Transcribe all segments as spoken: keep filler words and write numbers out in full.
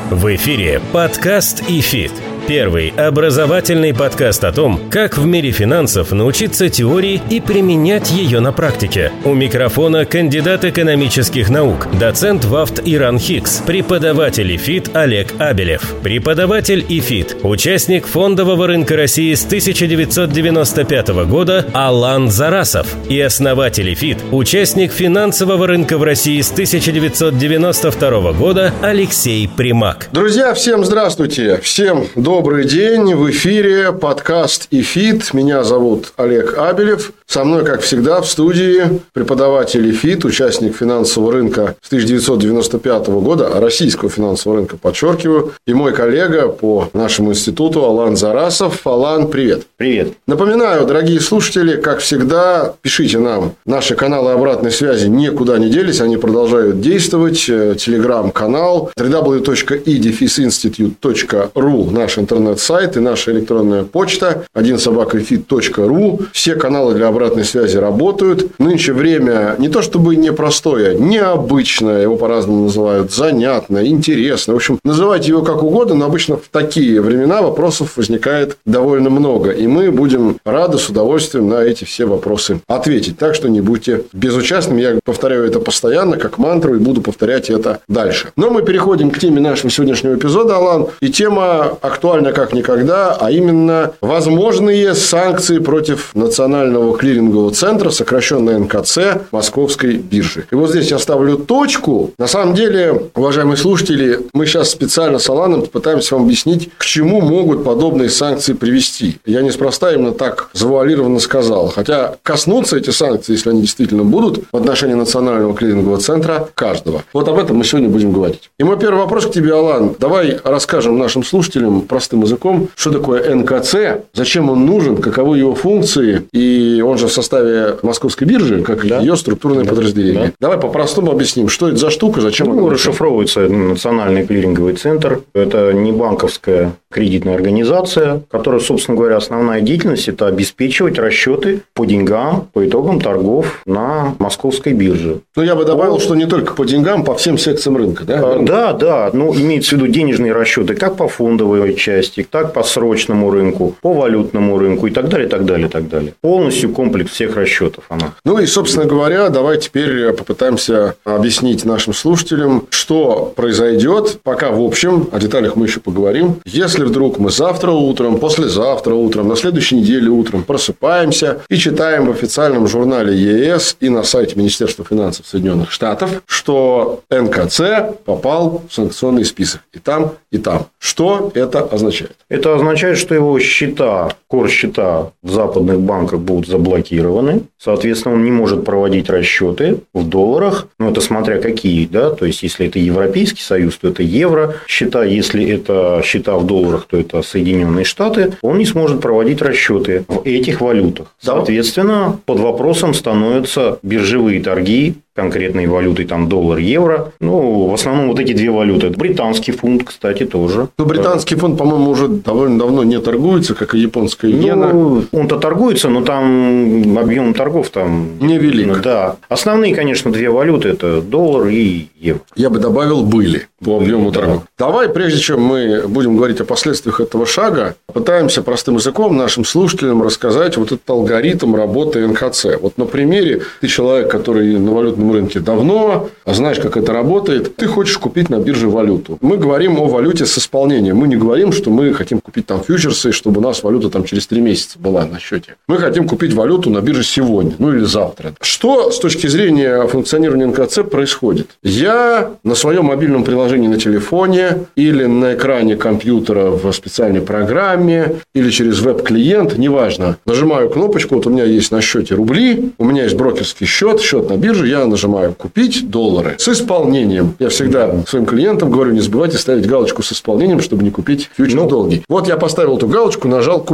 В эфире подкаст «ИФИТ». Первый образовательный подкаст о том, как в мире финансов научиться теории и применять ее на практике. У микрофона кандидат экономических наук, доцент ВАФТ Иран Хикс, преподаватель ИФИТ Олег Абелев. Преподаватель ИФИТ, участник фондового рынка России с тысяча девятьсот девяносто пятого года Алан Зарасов и основатель ИФИТ, участник финансового рынка в России с тысяча девятьсот девяносто второго года Алексей Примак. Друзья, всем здравствуйте, всем добрый Добрый день, в эфире подкаст ИФИТ. Меня зовут Олег Абелев. Со мной, как всегда, в студии преподаватель ИФИТ, участник финансового рынка с тысяча девятьсот девяносто пятого года, российского финансового рынка, подчеркиваю, и мой коллега по нашему институту Алан Зарасов. Алан, привет. Привет. Напоминаю, дорогие слушатели, как всегда, пишите нам. Наши каналы обратной связи никуда не делись, они продолжают действовать. Телеграм-канал дабл ю дабл ю дабл ю точка и дефис институт точка ру, наш интернет-сайт и наша электронная почта один собака эфит точка ру. Все каналы для обратной связи работают. Нынче время не то чтобы непростое, необычное, его по-разному называют, занятное, интересное. В общем, называйте его как угодно, но обычно в такие времена вопросов возникает довольно много. И мы будем рады с удовольствием на эти все вопросы ответить. Так что не будьте безучастными. Я повторяю это постоянно, как мантру, и буду повторять это дальше. Но мы переходим к теме нашего сегодняшнего эпизода, Алан. И тема актуальна как никогда, а именно возможные санкции против Национального клирингового центра, сокращенно эн ка цэ, Московской биржи. И вот здесь я ставлю точку. На самом деле, уважаемые слушатели, мы сейчас специально с Аланом пытаемся вам объяснить, к чему могут подобные санкции привести. Я неспроста именно так завуалированно сказал. Хотя коснутся эти санкции, если они действительно будут, в отношении Национального клирингового центра каждого. Вот об этом мы сегодня будем говорить. И мой первый вопрос к тебе, Алан. Давай расскажем нашим слушателям простым языком, что такое эн ка цэ, зачем он нужен, каковы его функции, и он же в составе Московской биржи, как да. ее структурное да. подразделение. Да. Давай по-простому объясним, что это за штука, зачем ну, она расшифровывается Национальный клиринговый центр. Это не банковская кредитная организация, которая, собственно говоря, основная деятельность – это обеспечивать расчеты по деньгам, по итогам торгов на Московской бирже. Ну, я бы добавил, что не только по деньгам, по всем секциям рынка, да? А, да, да. Ну, имеется в виду денежные расчеты как по фондовой части, так по срочному рынку, по валютному рынку и так далее, и так далее, и так далее. Полностью комплекс всех расчетов она. Ну, и, собственно говоря, давай теперь попытаемся объяснить нашим слушателям, что произойдет, пока в общем, о деталях мы еще поговорим, если вдруг мы завтра утром, послезавтра утром, на следующей неделе утром просыпаемся и читаем в официальном журнале е эс и на сайте Министерства финансов Соединенных Штатов, что эн ка цэ попал в санкционный список и там, и там. Что это означает? Это означает, что его счета, корсчета в западных банках будут заблокированы. Соответственно, он не может проводить расчеты в долларах. Ну, это смотря какие, да. То есть, если это Европейский Союз, то это евро счета. Если это счета в долларах, то это Соединенные Штаты. Он не сможет проводить расчеты в этих валютах. Соответственно, под вопросом становятся биржевые торги конкретной валютой, там доллар, евро. Ну, в основном вот эти две валюты. Британский фунт, кстати, тоже. Но британский фунт, по-моему, уже довольно давно не торгуется, как и японская иена. Ну, он-то торгуется, но там объем торгов там невелик. Да. Основные, конечно, две валюты – это доллар и евро. Я бы добавил были по объему да. торгов. Давай, прежде чем мы будем говорить о последствиях этого шага, пытаемся простым языком нашим слушателям рассказать вот этот алгоритм работы эн ка цэ. Вот на примере ты человек, который на валютном рынке давно, а знаешь, как это работает, ты хочешь купить на бирже валюту. Мы говорим о валюте с исполнением. Мы не говорим, что мы хотим купить там фьючерсы, чтобы у нас валюта там через три месяца была на счете. Мы хотим купить валюту на бирже сегодня, ну или завтра. Что с точки зрения функционирования эн ка цэ происходит? Я на своем мобильном приложении на телефоне или на экране компьютера в специальной программе или через веб-клиент, неважно, нажимаю кнопочку, вот у меня есть на счете рубли, у меня есть брокерский счет, счет на бирже, я нажимаю «Купить доллары» с исполнением. Я всегда своим клиентам говорю, не забывайте ставить галочку с исполнением, чтобы не купить фьючерс ну, долгий. Вот я поставил эту галочку, нажал «Купить».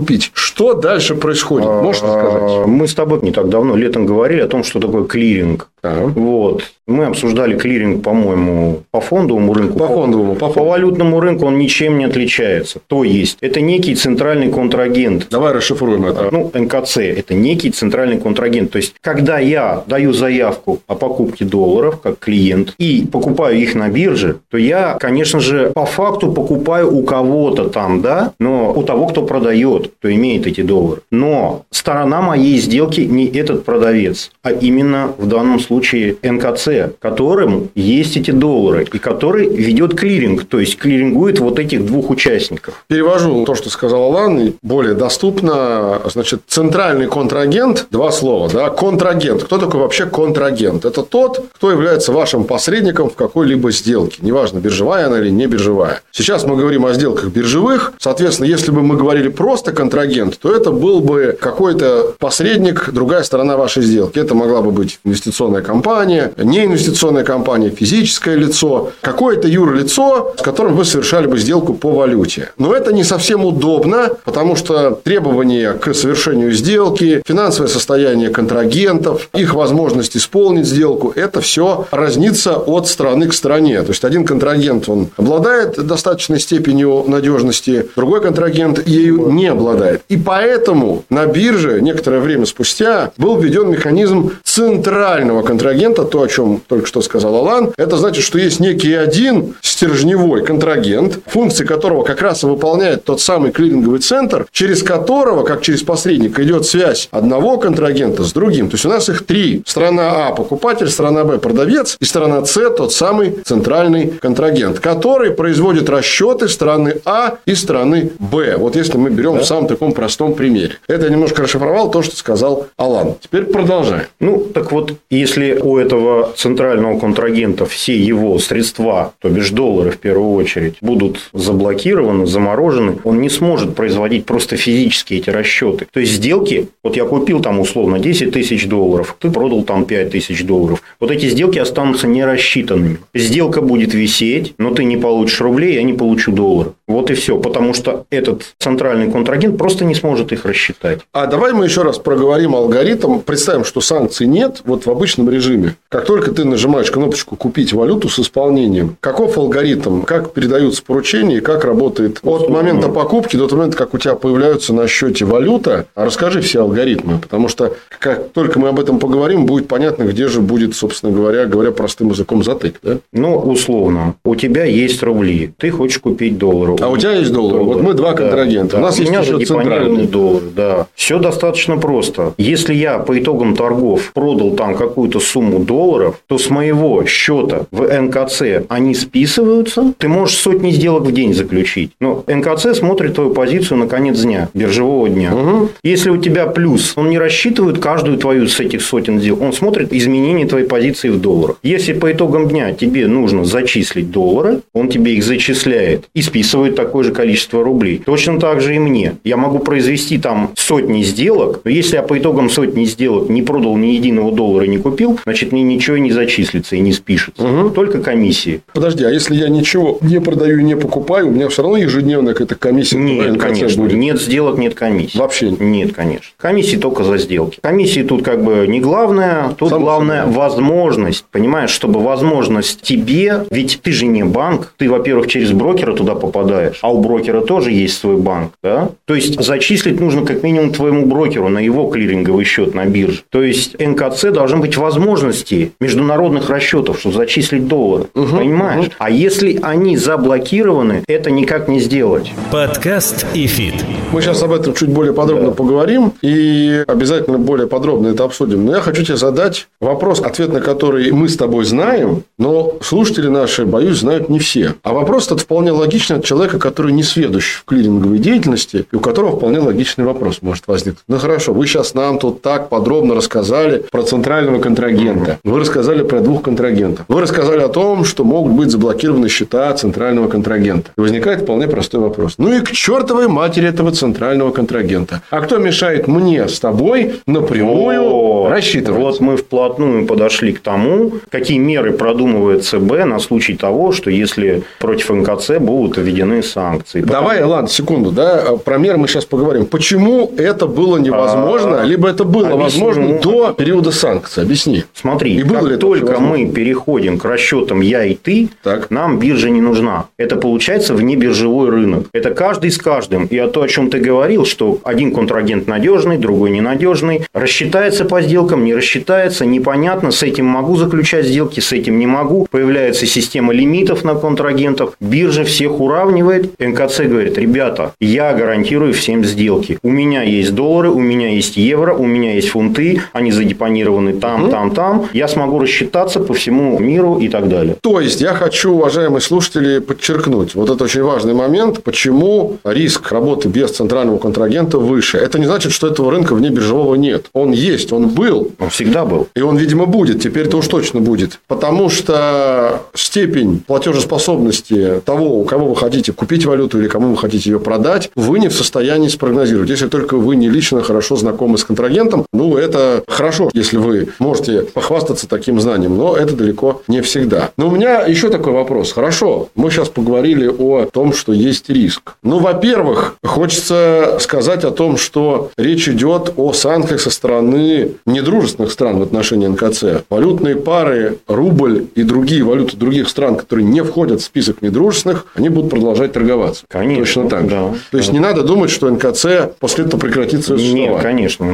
Что дальше происходит? Можешь рассказать? Мы с тобой не так давно летом говорили о том, что такое клиринг. Ага. Вот. Мы обсуждали клиринг, по-моему, по фондовому рынку. По фондовому. По, по валютному рынку он ничем не отличается. То есть, это некий центральный контрагент. Давай расшифруем это. Ну, эн ка цэ – это некий центральный контрагент. То есть, когда я даю заявку о покупке долларов как клиент и покупаю их на бирже, то я, конечно же, по факту покупаю у кого-то там, да, но у того, кто продает, кто имеет эти доллары. Но сторона моей сделки не этот продавец, а именно в данном случае случае эн ка цэ, которым есть эти доллары, и который ведет клиринг, то есть клирингует вот этих двух участников. Перевожу то, что сказал Алан, более доступно. Значит, центральный контрагент, два слова, да, контрагент. Кто такой вообще контрагент? Это тот, кто является вашим посредником в какой-либо сделке. Неважно, биржевая она или не биржевая. Сейчас мы говорим о сделках биржевых. Соответственно, если бы мы говорили просто контрагент, то это был бы какой-то посредник, другая сторона вашей сделки. Это могла бы быть инвестиционная компания, неинвестиционная компания, физическое лицо, какое-то юрлицо, с которым вы совершали бы сделку по валюте. Но это не совсем удобно, потому что требования к совершению сделки, финансовое состояние контрагентов, их возможность исполнить сделку, это все разнится от страны к стране. То есть, один контрагент, он обладает достаточной степенью надежности, другой контрагент ею не обладает. И поэтому на бирже некоторое время спустя был введен механизм центрального контрагента, то, о чем только что сказал Алан. Это значит, что есть некий один стержневой контрагент, функции которого как раз и выполняет тот самый клиринговый центр, через которого, как через посредника, идет связь одного контрагента с другим. То есть, у нас их три. Сторона А – покупатель, сторона Б – продавец, и сторона С – тот самый центральный контрагент, который производит расчеты стороны А и стороны Б. Вот если мы берем да. в самом таком простом примере. Это я немножко расшифровал то, что сказал Алан. Теперь продолжаем. Ну, так вот, если у этого центрального контрагента все его средства, то бишь доллары в первую очередь, будут заблокированы, заморожены, он не сможет производить просто физически эти расчеты. То есть, сделки, вот я купил там условно десять тысяч долларов, ты продал там пять тысяч долларов. Вот эти сделки останутся не рассчитанными. Сделка будет висеть, но ты не получишь рублей, я не получу доллары. Вот и все. Потому что этот центральный контрагент просто не сможет их рассчитать. А давай мы еще раз проговорим алгоритм. Представим, что санкций нет. Вот в обычном режиме. Как только ты нажимаешь кнопочку «Купить валюту» с исполнением, каков алгоритм? Как передаются поручения и как работает от момента покупки до момента, как у тебя появляются на счете валюта? Расскажи все алгоритмы. Потому что как только мы об этом поговорим, будет понятно, где же будет, собственно говоря, говоря простым языком, затык. Да? Ну, условно. У тебя есть рубли. Ты хочешь купить доллары. А у тебя есть доллары. Доллар. Вот мы два контрагента. Да, у нас у есть меня еще центральный доллар. Да. Все достаточно просто. Если я по итогам торгов продал там какую-то сумму долларов, то с моего счета в эн ка цэ они списываются. Ты можешь сотни сделок в день заключить. Но эн ка цэ смотрит твою позицию на конец дня, биржевого дня. Угу. Если у тебя плюс, он не рассчитывает каждую твою с этих сотен сделок. Он смотрит изменения твоей позиции в долларах. Если по итогам дня тебе нужно зачислить доллары, он тебе их зачисляет и списывает такое же количество рублей. Точно так же и мне. Я могу произвести там сотни сделок, но если я по итогам сотни сделок не продал ни единого доллара и не купил, значит, мне ничего не зачислится и не спишется. Угу. Только комиссии. Подожди, а если я ничего не продаю и не покупаю, у меня все равно ежедневная какая-то комиссия? Нет, конечно. Будет? Нет сделок, нет комиссии. Вообще? Нет, конечно. Комиссии только за сделки. Комиссии тут как бы не главное. Тут Сам главное собой. возможность. Понимаешь, чтобы возможность тебе, ведь ты же не банк. Ты, во-первых, через брокера туда попадаешь, а у брокера тоже есть свой банк. Да? То есть, зачислить нужно как минимум твоему брокеру на его клиринговый счет на бирже. То есть, эн ка цэ должны быть возможности международных расчетов, чтобы зачислить доллары. Угу, понимаешь? Угу. А если они заблокированы, это никак не сделать. Подкаст «ИФИТ». Мы сейчас об этом чуть более подробно да. поговорим. И обязательно более подробно это обсудим. Но я хочу тебе задать вопрос, ответ на который мы с тобой знаем, но слушатели наши, боюсь, знают не все. А вопрос этот вполне логичный от человека, который не сведущ в клиринговой деятельности, и у которого вполне логичный вопрос может возникнуть. Ну, хорошо, вы сейчас нам тут так подробно рассказали про центрального контрагента. Вы рассказали про двух контрагентов. Вы рассказали о том, что могут быть заблокированы счета центрального контрагента. И возникает вполне простой вопрос. Ну, и к чертовой матери этого центрального контрагента. А кто мешает мне с тобой напрямую О, рассчитывать? Вот мы вплотную подошли к тому, какие меры продумывает цэ бэ на случай того, что если против эн ка цэ будут введены санкции. Давай, Потому... ладно, секунду. Да? Про меры мы сейчас поговорим. поговорим. Почему это было невозможно, а, либо это было объясню. возможно до периода санкций? Объясни. Смотри, и как только мы переходим к расчетам «я» и «ты», так. нам биржа не нужна. Это получается внебиржевой рынок. Это каждый с каждым. И о том, о чем ты говорил, что один контрагент надежный, другой ненадежный, рассчитается по сделкам, не рассчитается, непонятно, с этим могу заключать сделки, с этим не могу. Появляется система лимитов на контрагентов, биржа всех уравнивает. эн ка цэ говорит: ребята, я гарантирую всем сделки. У меня есть доллары, у меня есть евро, у меня есть фунты, они задепонированы там, угу. там, там. Я смогу рассчитаться по всему миру и так далее. То есть, я хочу, уважаемые слушатели, подчеркнуть, вот это очень важный момент, почему риск работы без центрального контрагента выше. Это не значит, что этого рынка внебиржевого нет. Он есть, он был. Он всегда был. И он, видимо, будет. Теперь-то уж точно будет. Потому что степень платежеспособности того, у кого вы хотите купить валюту или кому вы хотите ее продать, вы не в состоянии спрогнозировать. Если только вы не лично хорошо знакомы с контрагентом, ну, это хорошо, если вы можете похвастаться таким знанием, но это далеко не всегда. Но у меня еще такой вопрос. Хорошо, мы сейчас поговорили о том, что есть риск. Ну, во-первых, хочется сказать о том, что речь идет о санкциях со стороны недружественных стран в отношении эн ка цэ. Валютные пары, рубль и другие валюты других стран, которые не входят в список недружественных, они будут продолжать торговаться. Конечно. Точно так же. Да. То есть, не надо думать, что эн ка цэ после этого прекратит свое существование. Нет, конечно.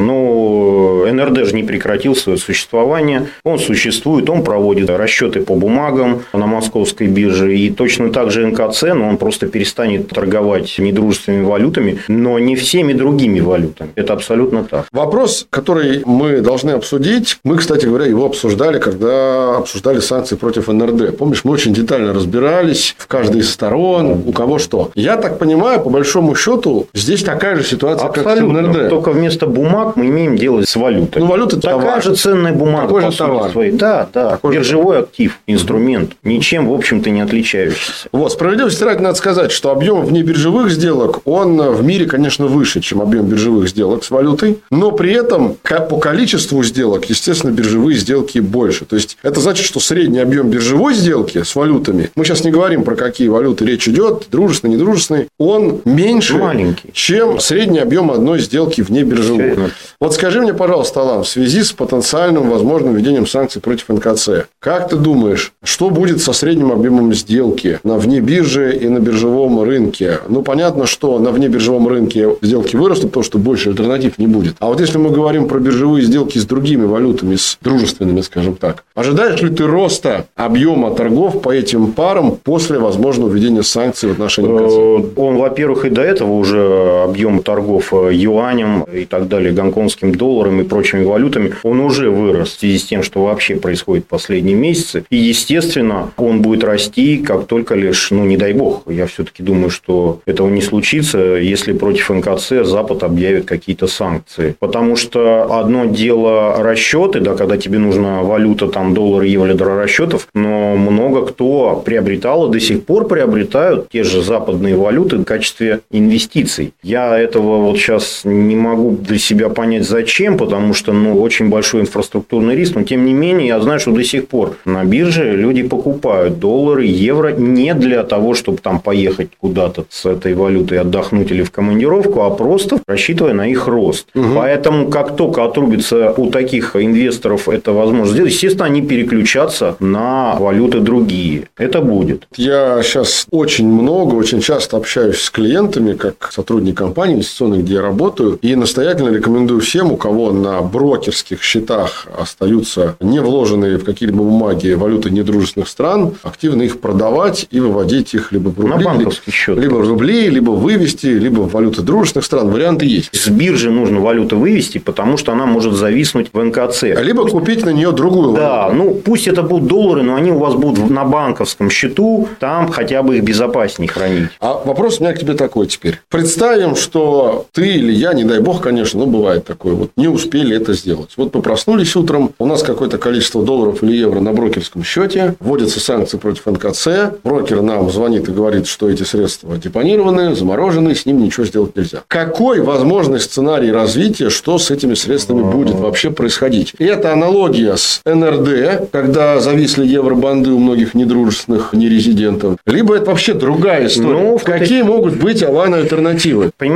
Но эн эр дэ же не прекратил свое существование. Он существует, он проводит расчеты по бумагам на московской бирже. И точно так же эн ка цэ, но он просто перестанет торговать недружественными валютами, но не всеми другими валютами. Это абсолютно так. Вопрос, который мы должны обсудить, мы, кстати говоря, его обсуждали, когда обсуждали санкции против эн эр дэ. Помнишь, мы очень детально разбирались в каждой из сторон, у кого что. Я так понимаю, по большому счету, здесь такая же ситуация, абсолютно, как с эн эр дэ. Только вместо бумаг мы имеем дело с валютой. Ну, валюта – такая товар. же ценная бумага. Такой же товар. Своей. Да, да. Такой биржевой же... актив, инструмент. Ничем, в общем-то, не отличающийся. Вот. Справедливости ради надо сказать, что объем внебиржевых сделок, он в мире, конечно, выше, чем объем биржевых сделок с валютой. Но при этом по количеству сделок, естественно, биржевые сделки больше. То есть, это значит, что средний объем биржевой сделки с валютами, мы сейчас не говорим, про какие валюты речь идет, дружественный, недружественный, он меньше, маленький, чем средний объем одной сделки вне биржевой. Вот скажи мне, пожалуйста, Алан, в связи с потенциальным возможным введением санкций против эн ка цэ, как ты думаешь, что будет со средним объемом сделки на вне биржи и на биржевом рынке? Ну, понятно, что на внебиржевом рынке сделки вырастут, потому что больше альтернатив не будет. А вот если мы говорим про биржевые сделки с другими валютами, с дружественными, скажем так, ожидаешь ли ты роста объема торгов по этим парам после возможного введения санкций в отношении эн ка цэ? Он, во-первых, и до этого уже объем торгов юанем и так далее, гонконгским долларом и прочими валютами, он уже вырос в связи с тем, что вообще происходит в последние месяцы. И, естественно, он будет расти, как только лишь, ну, не дай бог, я все-таки думаю, что этого не случится, если против эн ка цэ Запад объявит какие-то санкции. Потому что одно дело расчеты, да, когда тебе нужна валюта, там, доллар, евро для расчетов, но много кто приобретал и до сих пор приобретают те же западные валюты в качестве инвестиций. Я этого вот сейчас не могу для себя понять, зачем, потому что, ну, очень большой инфраструктурный риск, но, тем не менее, я знаю, что до сих пор на бирже люди покупают доллары, евро не для того, чтобы там поехать куда-то с этой валютой отдохнуть или в командировку, а просто рассчитывая на их рост. Угу. Поэтому, как только отрубится у таких инвесторов эта возможность сделать, естественно, они переключатся на валюты другие. Это будет. Я сейчас очень много, очень часто общаюсь с клиентами, как сотрудник компании инвестиционной, где я работаю, и настоятельно рекомендую всем, у кого на брокерских счетах остаются не вложенные в какие-либо бумаги валюты недружественных стран, активно их продавать и выводить их либо в рубли, на банковский счет. Либо в рубли, либо вывести, либо в валюты дружественных стран. Варианты есть. С биржи нужно валюту вывести, потому что она может зависнуть в эн ка цэ. Либо пусть... купить на нее другую валюту. Да, ну пусть это будут доллары, но они у вас будут на банковском счету, там хотя бы их безопаснее хранить. А вопрос у меня к тебе такой теперь. Представим, что ты или я, не дай бог, конечно, но бывает такое, вот не успели это сделать. Вот мы проснулись утром, у нас какое-то количество долларов или евро на брокерском счете, вводятся санкции против эн ка цэ, брокер нам звонит и говорит, что эти средства депонированы, заморожены, с ним ничего сделать нельзя. Какой возможный сценарий развития, что с этими средствами будет вообще происходить? И это аналогия с эн эр дэ, когда зависли евробанды у многих недружественных нерезидентов, либо это вообще другая история. Ну, Какие этой... могут быть, Алан, альтернативы? Понимаешь,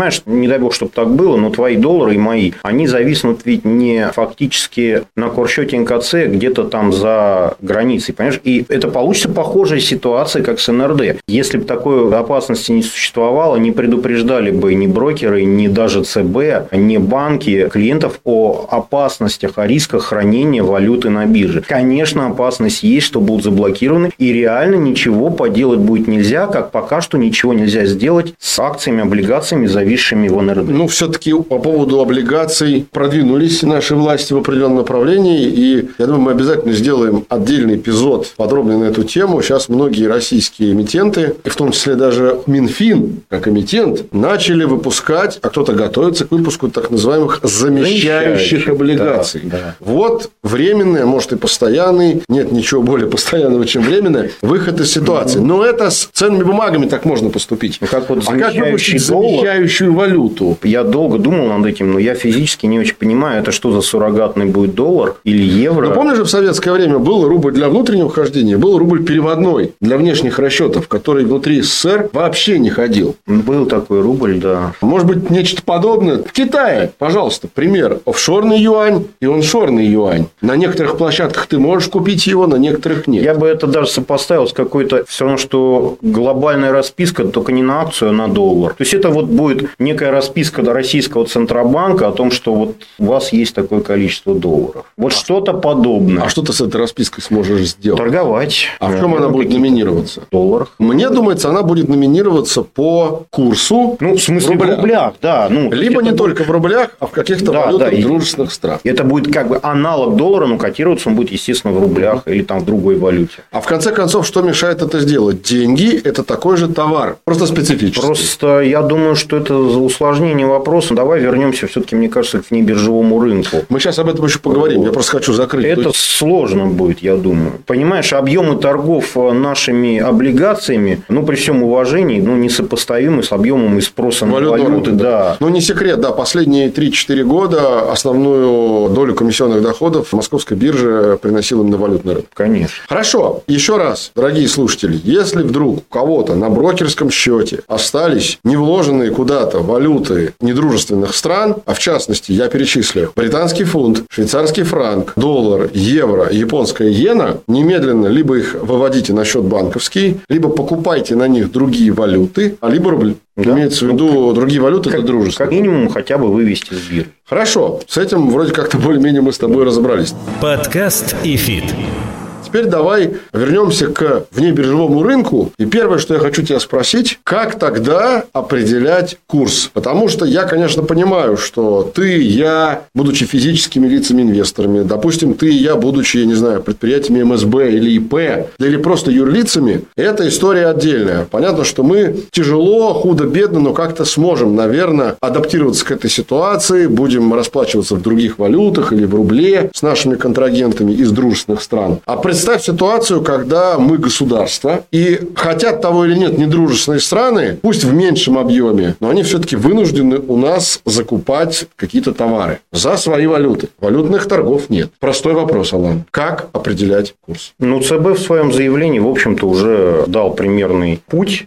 понимаешь, не дай бог, чтобы так было, но твои доллары и мои, они зависнут ведь не фактически на корсчете эн ка цэ где-то там за границей, понимаешь? И это получится похожая ситуация, как с эн эр дэ. Если бы такой опасности не существовало, не предупреждали бы ни брокеры, ни даже цэ бэ, ни банки клиентов о опасностях, о рисках хранения валюты на бирже. Конечно, опасность есть, что будут заблокированы, и реально ничего поделать будет нельзя, как пока что ничего нельзя сделать с акциями, облигациями, зависшими в эн эр дэ. Ну, все-таки по поводу облигаций продвинулись наши власти в определенном направлении, и я думаю, мы обязательно сделаем отдельный эпизод подробный на эту тему. Сейчас многие российские эмитенты, и в том числе даже Минфин, как эмитент, начали выпускать, а кто-то готовится к выпуску так называемых замещающих облигаций. Да, да. Вот временный, а может и постоянный, нет ничего более постоянного, чем временный, выход из ситуации. Но это с ценными бумагами так можно поступить. Ну, как вот а как выпустить доллар, замещающую валюту? Я долго думал над этим, но я физически не очень понимаю, это что за суррогатный будет доллар или евро. Ну, помнишь, в советское время был рубль для внутреннего хождения, был рубль переводной для внешних расчетов, который внутри эс эс эс эр вообще не ходил. Был такой рубль, да. Может быть, нечто подобное. В Китае, пожалуйста, пример. Офшорный юань и оншорный юань. На некоторых площадках ты можешь купить его, на некоторых нет. Я бы это даже сопоставил с какой-то все равно, что глобальная расписка, только не на акцию, а на доллар. То есть это вот будет некая расписка до российского Центробанка о том, что вот у вас есть такое количество долларов. Вот а что-то подобное. А что ты с этой распиской сможешь сделать? Торговать. А в чем она будет номинироваться? В долларах. Мне думается, она будет номинироваться по курсу. Ну, в смысле, в рублях, в рублях да. Ну, либо не только в рублях, а в каких-то да, валютах да, дружественных стран. Это будет как бы аналог доллара, но котироваться он будет, естественно, в рублях или там в другой валюте. А в конце концов, что мешает это сделать? Деньги – это такой же товар, просто специфический. Просто я думаю, что это усложнение вопроса. Давай вернемся все-таки, мне кажется, к внебиржевому рынку. Мы сейчас об этом еще поговорим. Вот. Я просто хочу закрыть. Это есть... сложно будет, я думаю. Понимаешь, объемы торгов нашими облигациями, ну, при всем уважении, ну, несопоставимы с объемом и спроса на валюты. Да. Ну, не секрет, да, последние три-четыре года основную долю комиссионных доходов Московская биржа приносила именно валютный рынок. Конечно. Хорошо. Еще раз, дорогие слушатели, если вдруг у кого-то на брокерском счете остались не вложенные куда-то валюты недружественных стран, а в частности, я перечислю британский фунт, швейцарский франк, доллар, евро, японская иена, немедленно либо их выводите на счет банковский, либо покупайте на них другие валюты, а либо рубль. Да? Имеется в виду ну, другие валюты, как, это дружественные. Как минимум, хотя бы вывести с биржи. Хорошо. С этим вроде как-то более-менее мы с тобой разобрались. Подкаст «ИФИТ». Теперь давай вернемся к внебиржевому рынку. И первое, что я хочу тебя спросить, как тогда определять курс? Потому что я, конечно, понимаю, что ты, я, будучи физическими лицами-инвесторами, допустим, ты и я, будучи, я не знаю, предприятиями эм эс бэ или и пэ, или просто юрлицами, это история отдельная. Понятно, что мы тяжело, худо-бедно, но как-то сможем, наверное, адаптироваться к этой ситуации, будем расплачиваться в других валютах или в рубле с нашими контрагентами из дружественных стран. А представь ситуацию, когда мы государство, и хотят того или нет недружественные страны, пусть в меньшем объеме, но они все-таки вынуждены у нас закупать какие-то товары за свои валюты. Валютных торгов нет. Простой вопрос, Алан. Как определять курс? Ну, ЦБ в своем заявлении, в общем-то, уже дал примерный путь.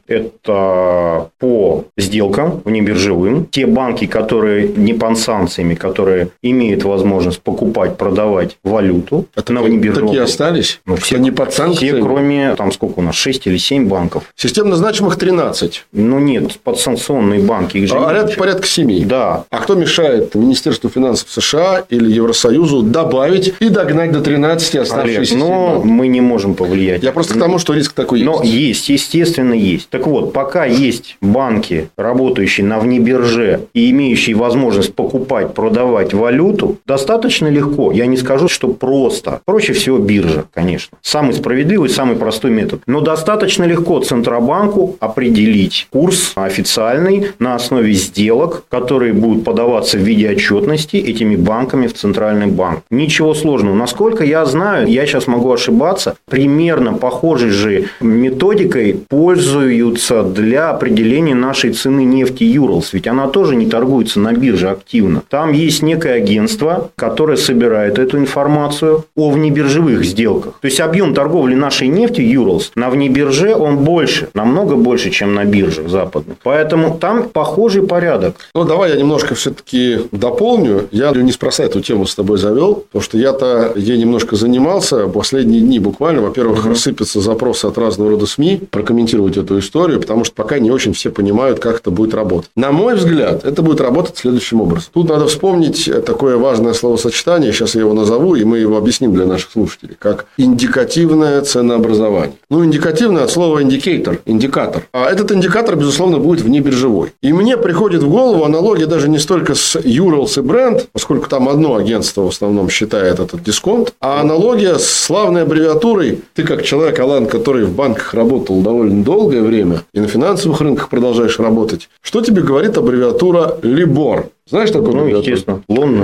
Это по сделкам внебиржевым. Те банки, которые не под санкциями, которые имеют возможность покупать, продавать валюту а на внебиржевом. Такие остались? Ну, все, не под санкциями. Все, кроме, там сколько у нас, шесть или семь банков. Системно значимых тринадцать. Ну, нет, подсанкционные банки. Их же а порядка, порядка семи. Да. А кто мешает Министерству финансов США или Евросоюзу добавить и догнать до тринадцати оставшиеся? Но мы не можем повлиять. Я просто к тому, что риск такой есть. Но есть, естественно, есть. Так вот, пока есть банки, работающие на внебирже и имеющие возможность покупать, продавать валюту, достаточно легко. Я не скажу, что просто. Проще всего биржа, конечно. Самый справедливый, самый простой метод. Но достаточно легко Центробанку определить курс официальный на основе сделок, которые будут подаваться в виде отчетности этими банками в Центральный банк. Ничего сложного. Насколько я знаю, я сейчас могу ошибаться, примерно похожей же методикой пользуются для определения нашей цены нефти Юралс. Ведь она тоже не торгуется на бирже активно. Там есть некое агентство, которое собирает эту информацию о внебиржевых сделках. То есть объем торговли нашей нефтью Юрлс на внебирже он больше, намного больше, чем на биржах западных. Поэтому там похожий порядок. Ну, давай я немножко все-таки дополню. Я неспроста эту тему с тобой завел, потому что я-то ей немножко занимался последние дни буквально. Во-первых, uh-huh. сыпятся запросы от разного рода СМИ прокомментировать эту историю, потому что пока не очень все понимают, как это будет работать. На мой взгляд, это будет работать следующим образом. Тут надо вспомнить такое важное словосочетание, сейчас я его назову, и мы его объясним для наших слушателей, как индикативное ценообразование. Ну, индикативное от слова индикатор, индикатор. А этот индикатор, безусловно, будет внебиржевой. И мне приходит в голову аналогия даже не столько с Urals и Brent, поскольку там одно агентство в основном считает этот дисконт, а аналогия с славной аббревиатурой. Ты как человек, Алан, который в банках работал довольно долгое время и на финансовых рынках продолжаешь работать, что тебе говорит аббревиатура либор? Знаешь такое? Ну, естественно.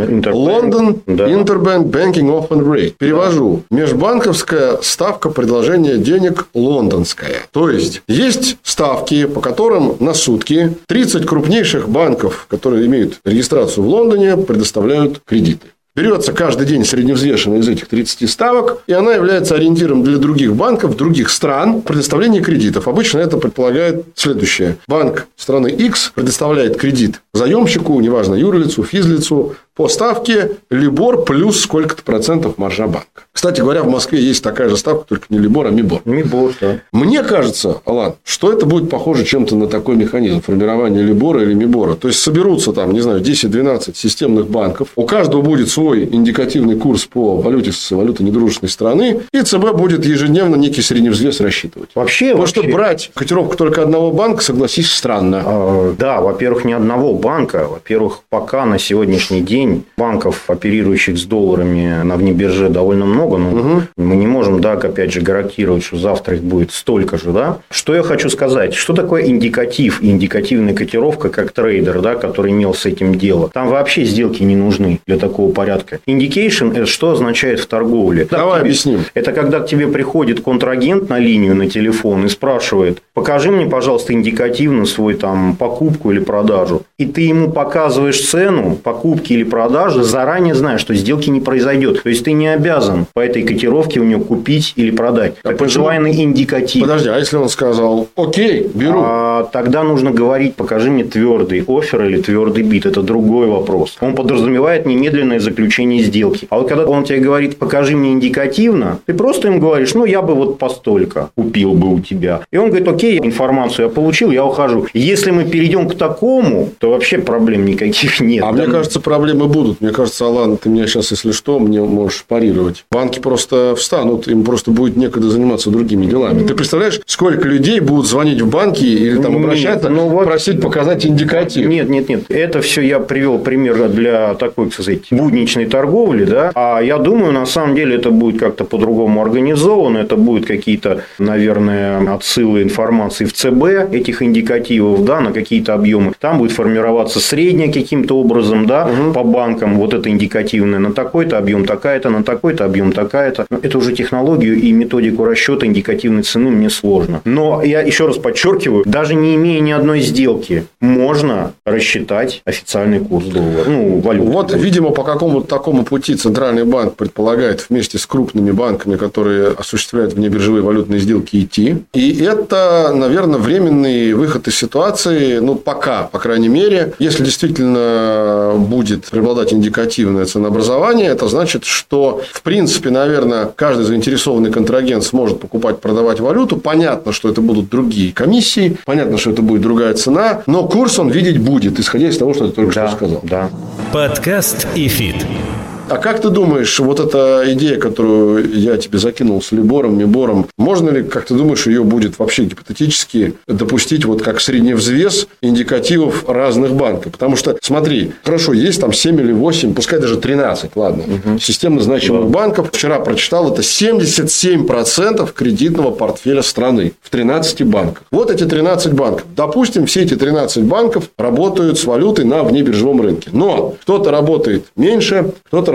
London Interbank Banking Open Rate. Перевожу. Межбанковская ставка предложения денег лондонская. То есть, есть ставки, по которым на сутки тридцать крупнейших банков, которые имеют регистрацию в Лондоне, предоставляют кредиты. Берется каждый день средневзвешенная из этих тридцати ставок, и она является ориентиром для других банков, других стран предоставления кредитов. Обычно это предполагает следующее. Банк страны X предоставляет кредит заемщику, неважно, юрлицу, физлицу, по ставке либор плюс сколько-то процентов маржа банка. Кстати говоря, в Москве есть такая же ставка, только не либор, а мибор. Мибор, да. Мне кажется, Алан, что это будет похоже чем-то на такой механизм формирования либора или мибора. То есть, соберутся там, не знаю, десять-двенадцать системных банков. У каждого будет свой индикативный курс по валюте с валютой недружественной страны. И ЦБ будет ежедневно некий средневзвес рассчитывать. Вообще, Потому вообще... что брать котировку только одного банка, согласись, странно. А, да, во-первых, не одного банка. Во-первых, пока на сегодняшний день банков, оперирующих с долларами на внебирже, довольно много. Но угу. мы не можем, да, опять же, гарантировать, что завтра их будет столько же. Да? Что я хочу сказать? Что такое индикатив и индикативная котировка, как трейдер, да, который имел с этим дело? Там вообще сделки не нужны для такого порядка. Indication – это что означает в торговле? Давай тебе, объясним. Это когда к тебе приходит контрагент на линию, на телефон и спрашивает: покажи мне, пожалуйста, индикативно свой там покупку или продажу. И ты ему показываешь цену покупки или продажи, заранее зная, что сделки не произойдет. То есть, ты не обязан по этой котировке у него купить или продать. А так называемый индикатив. Подожди, а если он сказал: окей, беру? А, тогда нужно говорить: покажи мне твердый оффер или твердый бит. Это другой вопрос. Он подразумевает немедленное заключение сделки. А вот когда он тебе говорит: покажи мне индикативно, ты просто им говоришь: ну, я бы вот постолько купил бы у тебя. И он говорит: окей, информацию я получил, я ухожу. Если мы перейдем к такому, то вообще проблем никаких нет. А да? мне кажется, проблемы будут. Мне кажется, Алан, ты меня сейчас, если что, мне можешь парировать. Банки просто встанут, им просто будет некогда заниматься другими делами. Ты представляешь, сколько людей будут звонить в банки или там обращаться, нет, ну, вот... просить показать индикатив? Нет, нет, нет. Это все я привел пример для такой, так сказать, будничной торговли, да. А я думаю, на самом деле это будет как-то по-другому организовано. Это будут какие-то, наверное, отсылы информации в ЦБ этих индикативов, да, на какие-то объемы. Там будет формироваться средняя каким-то образом, да, угу. по банкам. Вот это индикативное на такой-то объем такая-то, на такой-то объем такая-то. Но это уже технологию и методику расчета индикативной цены мне сложно. Но я еще раз подчеркиваю, даже не имея ни одной сделки, можно рассчитать официальный курс доллара, ну, валюты. Вот, видимо, по какому-то такому пути Центральный банк предполагает вместе с крупными банками, которые осуществляют внебиржевые валютные сделки, идти. И это, наверное, временный выход из ситуации, ну, пока, по крайней мере. Если действительно будет преобладать индикативное ценообразование, это значит, что, в принципе, наверное, каждый заинтересованный контрагент сможет покупать, продавать валюту. Понятно, что это будут другие комиссии, понятно, что это будет другая цена, но курс он видеть будет, исходя из того, что ты только да, что сказал. Да. Подкаст «ИФИТ». А как ты думаешь, вот эта идея, которую я тебе закинул с либором, мибором, можно ли, как ты думаешь, ее будет вообще гипотетически допустить вот как средневзвес индикативов разных банков? Потому что, смотри, хорошо, есть там семь или восемь, пускай даже тринадцать, ладно, угу. системно значимых да. банков. Вчера прочитал, это семьдесят семь процентов кредитного портфеля страны в тринадцати банках. Вот эти тринадцать банков. Допустим, все эти тринадцать банков работают с валютой на внебиржевом рынке. Но кто-то работает меньше, кто-то работает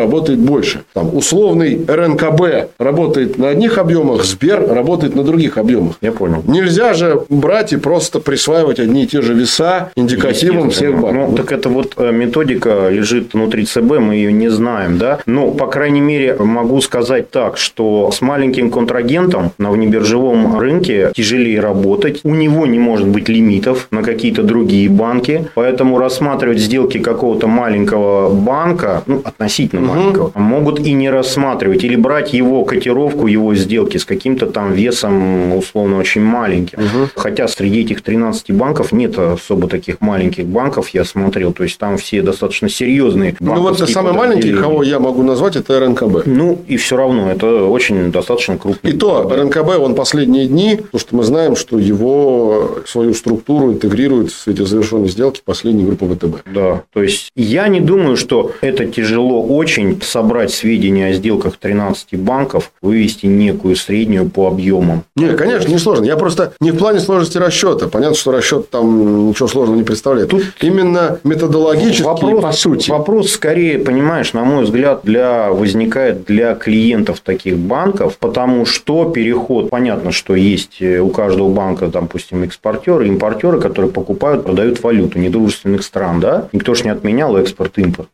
работает больше. Там условный эр эн ка бэ работает на одних объемах, Сбер работает на других объемах. Я понял. Нельзя же брать и просто присваивать одни и те же веса индикативам всех банков. Ну, так это вот методика лежит внутри цэ бэ, мы ее не знаем, да. Но, по крайней мере, могу сказать так, что с маленьким контрагентом на внебиржевом рынке тяжелее работать. У него не может быть лимитов на какие-то другие банки. Поэтому рассматривать сделки какого-то маленького банка, ну, относительно угу. маленького, могут и не рассматривать. Или брать его котировку, его сделки с каким-то там весом, условно, очень маленьким. Угу. Хотя среди этих тринадцати банков нет особо таких маленьких банков, я смотрел. То есть, там все достаточно серьезные банковские. Ну, вот самые маленькие, кого я могу назвать, это эр эн ка бэ. Ну, и все равно, это очень достаточно крупный. И то, эр эн ка бэ, он последние дни, потому что мы знаем, что его свою структуру интегрирует в свете завершенной сделки последней группы вэ тэ бэ. Да, то есть, я не думаю, что это тяжело очень собрать сведения о сделках тринадцати банков, вывести некую среднюю по объемам. Нет, конечно, не сложно. Я просто не в плане сложности расчета. Понятно, что расчет там ничего сложного не представляет. Тут именно методологически, вопрос, по сути. Вопрос скорее, понимаешь, на мой взгляд, для, возникает для клиентов таких банков, потому что переход, понятно, что есть у каждого банка, допустим, экспортеры, импортеры, которые покупают, продают валюту недружественных стран, да? Никто же не отменял экспорт-импорт.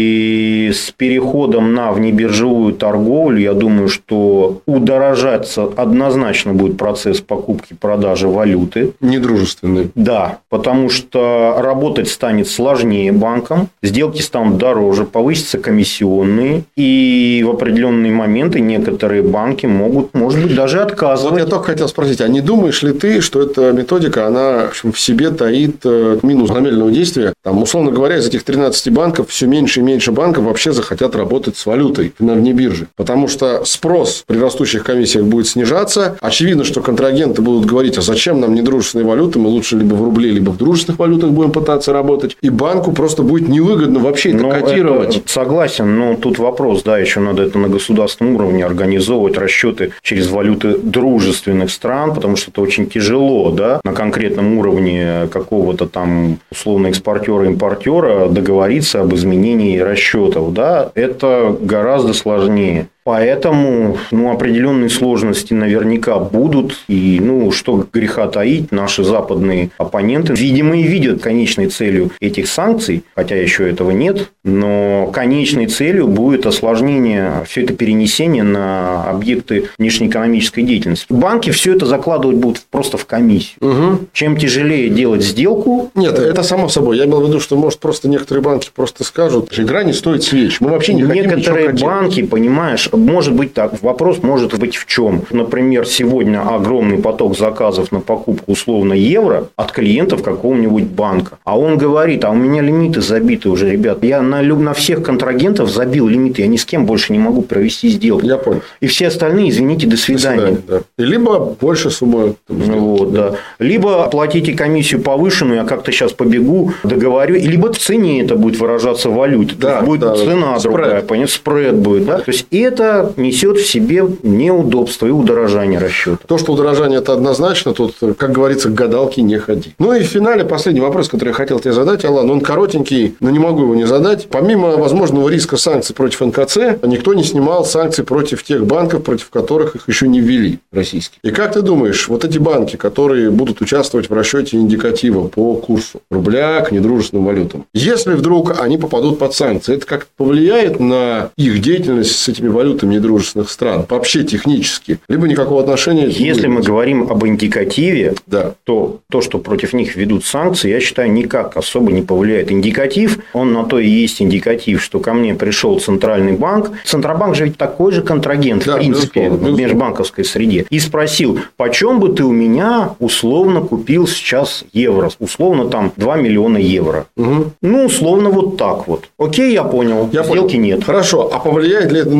И с переходом на внебиржевую торговлю, я думаю, что удорожаться однозначно будет процесс покупки-продажи валюты. Недружественный. Да, потому что работать станет сложнее банкам, сделки станут дороже, повысятся комиссионные, и в определенные моменты некоторые банки могут, может быть, даже отказывать. Вот я только хотел спросить, а не думаешь ли ты, что эта методика, она в себе таит минус намеренного действия? Там, условно говоря, из этих тринадцати банков все меньше и меньше банков вообще захотят работать с валютой на вне бирже. Потому что спрос при растущих комиссиях будет снижаться. Очевидно, что контрагенты будут говорить, а зачем нам недружественные валюты, мы лучше либо в рубле, либо в дружественных валютах будем пытаться работать. И банку просто будет невыгодно вообще это но котировать. Это, согласен, но тут вопрос, да, еще надо это на государственном уровне организовывать расчеты через валюты дружественных стран, потому что это очень тяжело, да, на конкретном уровне какого-то там условно экспортера-импортера договориться об изменении расчетов, да, это гораздо сложнее. Поэтому, ну, определенные сложности наверняка будут. И, ну, что греха таить, наши западные оппоненты, видимо, и видят конечной целью этих санкций, хотя еще этого нет, но конечной целью будет осложнение, все это перенесение на объекты внешнеэкономической деятельности. Банки все это закладывать будут просто в комиссию. Угу. Чем тяжелее делать сделку... Нет, это само собой. Я имел в виду, что, может, просто некоторые банки просто скажут, игра не стоит свеч. Мы вообще не хотим ничего Некоторые банки, понимаешь, может быть так. Вопрос может быть в чем? Например, сегодня огромный поток заказов на покупку условно евро от клиентов какого-нибудь банка. А он говорит, а у меня лимиты забиты уже, ребят. Я на, на всех контрагентов забил лимиты. Я ни с кем больше не могу провести сделку. Я понял. И все остальные, извините, до свидания. До свидания, да. Либо больше суммы. Вот, да. Либо платите комиссию повышенную, я как-то сейчас побегу, договорю. Либо в цене это будет выражаться в валюте. Да, будет да, цена спред. другая, понятно, спред будет. Да? То есть, это несет в себе неудобство и удорожание расчета. То, что удорожание это однозначно, тут, как говорится, к гадалке не ходи. Ну и в финале последний вопрос, который я хотел тебе задать, Алан, он коротенький, но не могу его не задать. Помимо возможного риска санкций против эн ка цэ, никто не снимал санкций против тех банков, против которых их еще не ввели российские. И как ты думаешь, вот эти банки, которые будут участвовать в расчете индикатива по курсу рубля к недружественным валютам, если вдруг они попадут под санкции, это как-то повлияет на их деятельность с этими валютами недружественных стран, вообще технически, либо никакого отношения... Если мы говорим об индикативе, да. то то, что против них ведут санкции, я считаю, никак особо не повлияет. Индикатив, он на то и есть индикатив, что ко мне пришел Центральный банк. Центробанк же ведь такой же контрагент, да, в принципе, безусловно, в межбанковской среде. И спросил, почем бы ты у меня условно купил сейчас евро? Условно там два миллиона евро. Угу. Ну, условно вот так вот. Окей, я понял. Я Сделки понял. нет. Хорошо. А повлияет ли это на, не,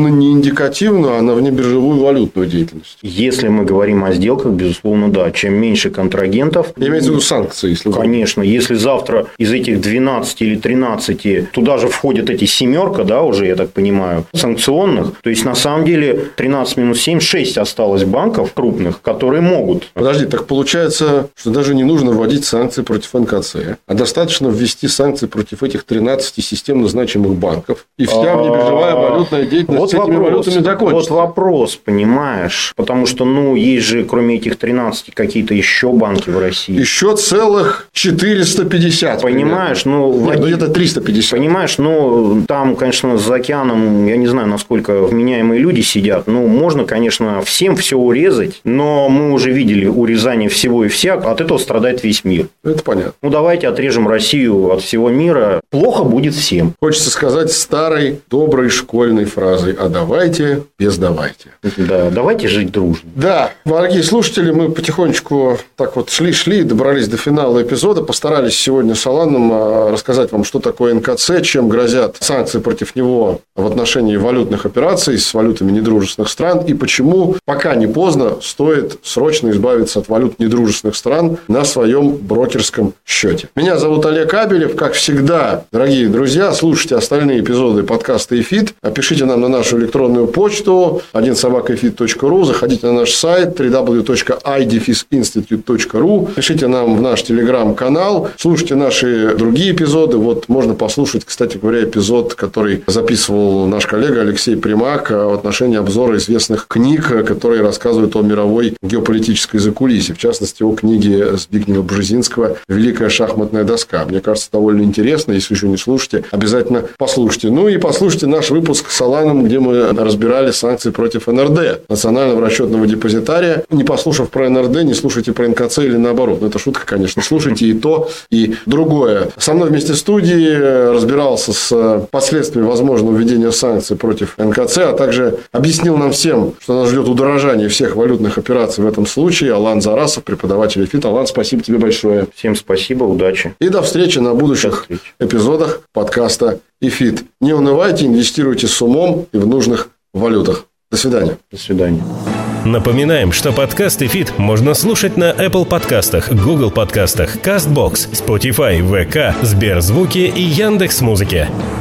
индикативную, а на внебиржевую валютную деятельность. Если мы говорим о сделках, безусловно, да. Чем меньше контрагентов... Имеется в виду санкции, если вы... Конечно. Если завтра из этих двенадцати или тринадцати туда же входят эти семерка, да, уже, я так понимаю, санкционных, то есть, на самом деле, тринадцать минус семь, шесть осталось банков крупных, которые могут... Подожди, так получается, что даже не нужно вводить санкции против эн ка цэ, а достаточно ввести санкции против этих тринадцати системно значимых банков, и вся внебиржевая валютная деятельность вот с этими вопрос, валютами закончится. Вот вопрос, понимаешь, потому что, ну, есть же, кроме этих тринадцати, какие-то еще банки в России. Еще целых четыреста пятьдесят. Понимаешь, ну... Нет, вводи... ну, где-то триста пятьдесят. Понимаешь, ну, там, конечно, за океаном, я не знаю, насколько вменяемые люди сидят, ну, можно, конечно, всем все урезать, но мы уже видели урезание всего и вся, от этого страдает весь мир. Это понятно. Ну, давайте отрежем Россию от всего мира, плохо будет всем. Хочется сказать старой, доброй школьной фразой: а давайте без давайте. Да, давайте жить дружно. Да, дорогие слушатели, мы потихонечку так вот шли-шли, добрались до финала эпизода, постарались сегодня с Аланом рассказать вам, что такое эн ка цэ, чем грозят санкции против него в отношении валютных операций с валютами недружественных стран, и почему, пока не поздно, стоит срочно избавиться от валют недружественных стран на своем брокерском счете. Меня зовут Олег Абелев. Как всегда, дорогие друзья, слушайте остальные эпизоды подкаста «ИФИТ». Пишите нам на нашу электронную почту один собака эфит точка ру, заходите на наш сайт дабл ю дабл ю дабл ю точка ай дефис институт точка ру, пишите нам в наш телеграм-канал, слушайте наши другие эпизоды. Вот можно послушать, кстати говоря, эпизод, который записывал наш коллега Алексей Примак в отношении обзора известных книг, которые рассказывают о мировой геополитической закулисье. В частности, о книге Збигнева Бжезинского «Великая шахматная доска». Мне кажется, довольно интересно. Если еще не слушаете, обязательно послушайте. Ну и послушайте наш выпуск с Аланом, где мы разбирали санкции против эн эр дэ, Национального расчетного депозитария. Не послушав про эн эр дэ, не слушайте про эн ка цэ или наоборот. Ну, это шутка, конечно. Слушайте и то, и другое. Со мной вместе в студии разбирался с последствиями возможного введения санкций против эн ка цэ, а также объяснил нам всем, что нас ждет удорожание всех валютных операций в этом случае, Алан Зарасов, преподаватель ИФИТ. Алан, спасибо тебе большое. Всем спасибо, удачи. И до встречи на будущих эпизодах подкаста ИФИТ. Не унывайте, инвестируйте с умом и в нужных валютах. До свидания. До свидания. Напоминаем, что подкаст «ИФИТ» можно слушать на Apple подкастах, Google подкастах, CastBox, Spotify, вэ ка, Сберзвуки и Яндекс.Музыке.